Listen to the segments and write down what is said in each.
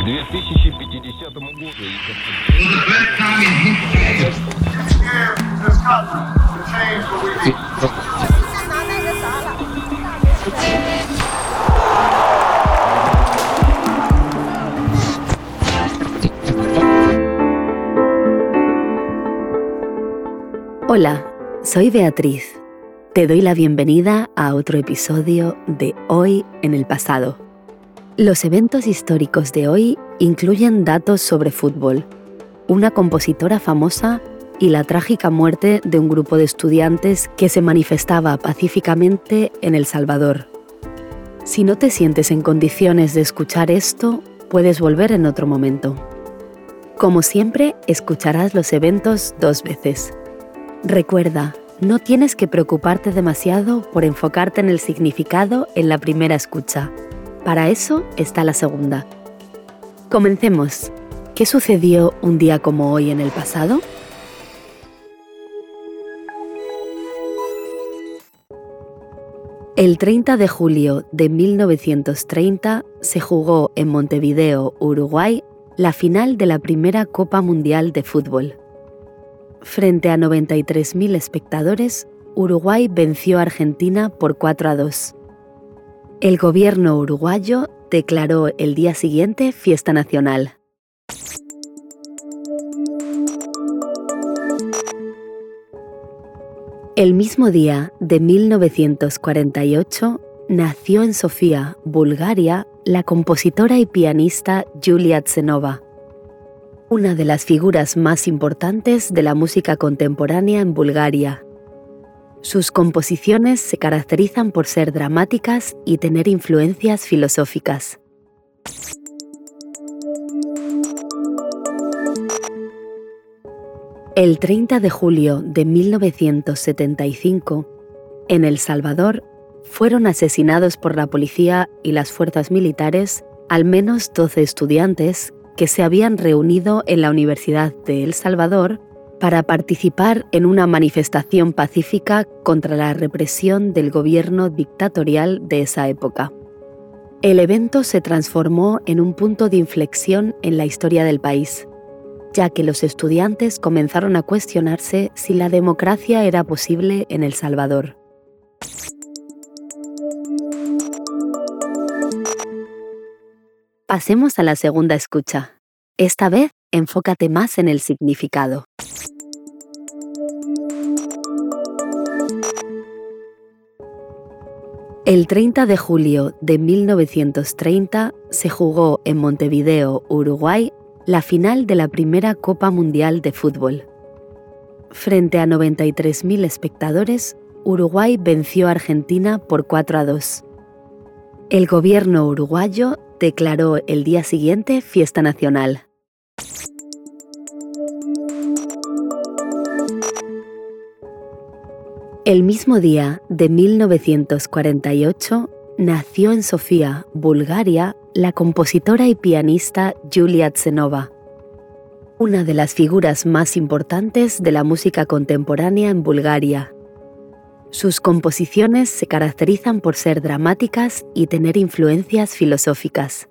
2050 году. For the first time in history, this country to change the way we Hola, soy Beatriz. Te doy la bienvenida a otro episodio de Hoy en el Pasado. Los eventos históricos de hoy incluyen datos sobre fútbol, una compositora famosa y la trágica muerte de un grupo de estudiantes que se manifestaba pacíficamente en El Salvador. Si no te sientes en condiciones de escuchar esto, puedes volver en otro momento. Como siempre, escucharás los eventos 2 veces. Recuerda, no tienes que preocuparte demasiado por enfocarte en el significado en la primera escucha. Para eso está la segunda. Comencemos. ¿Qué sucedió un día como hoy en el pasado? El 30 de julio de 1930 se jugó en Montevideo, Uruguay, la final de la primera Copa Mundial de Fútbol. Frente a 93.000 espectadores, Uruguay venció a Argentina por 4-2. El gobierno uruguayo declaró el día siguiente fiesta nacional. El mismo día de 1948 nació en Sofía, Bulgaria, la compositora y pianista Yulia Tsenova, una de las figuras más importantes de la música contemporánea en Bulgaria. Sus composiciones se caracterizan por ser dramáticas y tener influencias filosóficas. El 30 de julio de 1975, en El Salvador, fueron asesinados por la policía y las fuerzas militares al menos 12 estudiantes que se habían reunido en la Universidad de El Salvador para participar en una manifestación pacífica contra la represión del gobierno dictatorial de esa época. El evento se transformó en un punto de inflexión en la historia del país, ya que los estudiantes comenzaron a cuestionarse si la democracia era posible en El Salvador. Pasemos a la segunda escucha. Esta vez, enfócate más en el significado. El 30 de julio de 1930 se jugó en Montevideo, Uruguay, la final de la primera Copa Mundial de Fútbol. Frente a 93.000 espectadores, Uruguay venció a Argentina por 4-2. El gobierno uruguayo declaró el día siguiente fiesta nacional. El mismo día de 1948 nació en Sofía, Bulgaria, la compositora y pianista Yulia Tsenova, una de las figuras más importantes de la música contemporánea en Bulgaria. Sus composiciones se caracterizan por ser dramáticas y tener influencias filosóficas.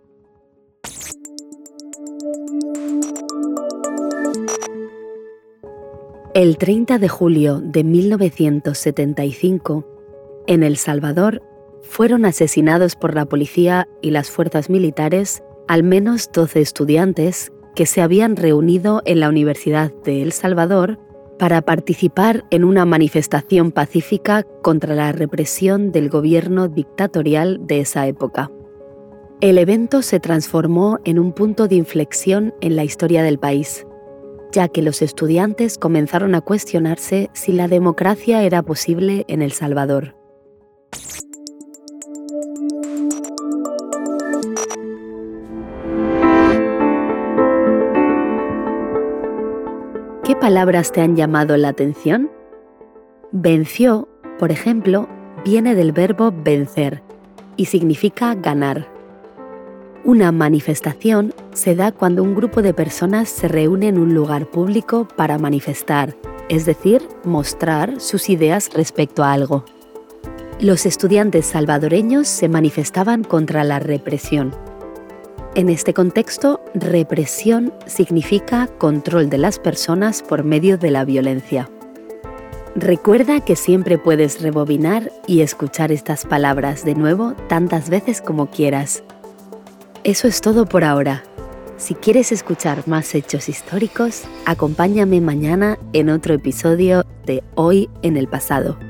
El 30 de julio de 1975, en El Salvador, fueron asesinados por la policía y las fuerzas militares al menos 12 estudiantes que se habían reunido en la Universidad de El Salvador para participar en una manifestación pacífica contra la represión del gobierno dictatorial de esa época. El evento se transformó en un punto de inflexión en la historia del país, ya que los estudiantes comenzaron a cuestionarse si la democracia era posible en El Salvador. ¿Qué palabras te han llamado la atención? Venció, por ejemplo, viene del verbo vencer y significa ganar. Una manifestación se da cuando un grupo de personas se reúne en un lugar público para manifestar, es decir, mostrar sus ideas respecto a algo. Los estudiantes salvadoreños se manifestaban contra la represión. En este contexto, represión significa control de las personas por medio de la violencia. Recuerda que siempre puedes rebobinar y escuchar estas palabras de nuevo tantas veces como quieras. Eso es todo por ahora. Si quieres escuchar más hechos históricos, acompáñame mañana en otro episodio de Hoy en el Pasado.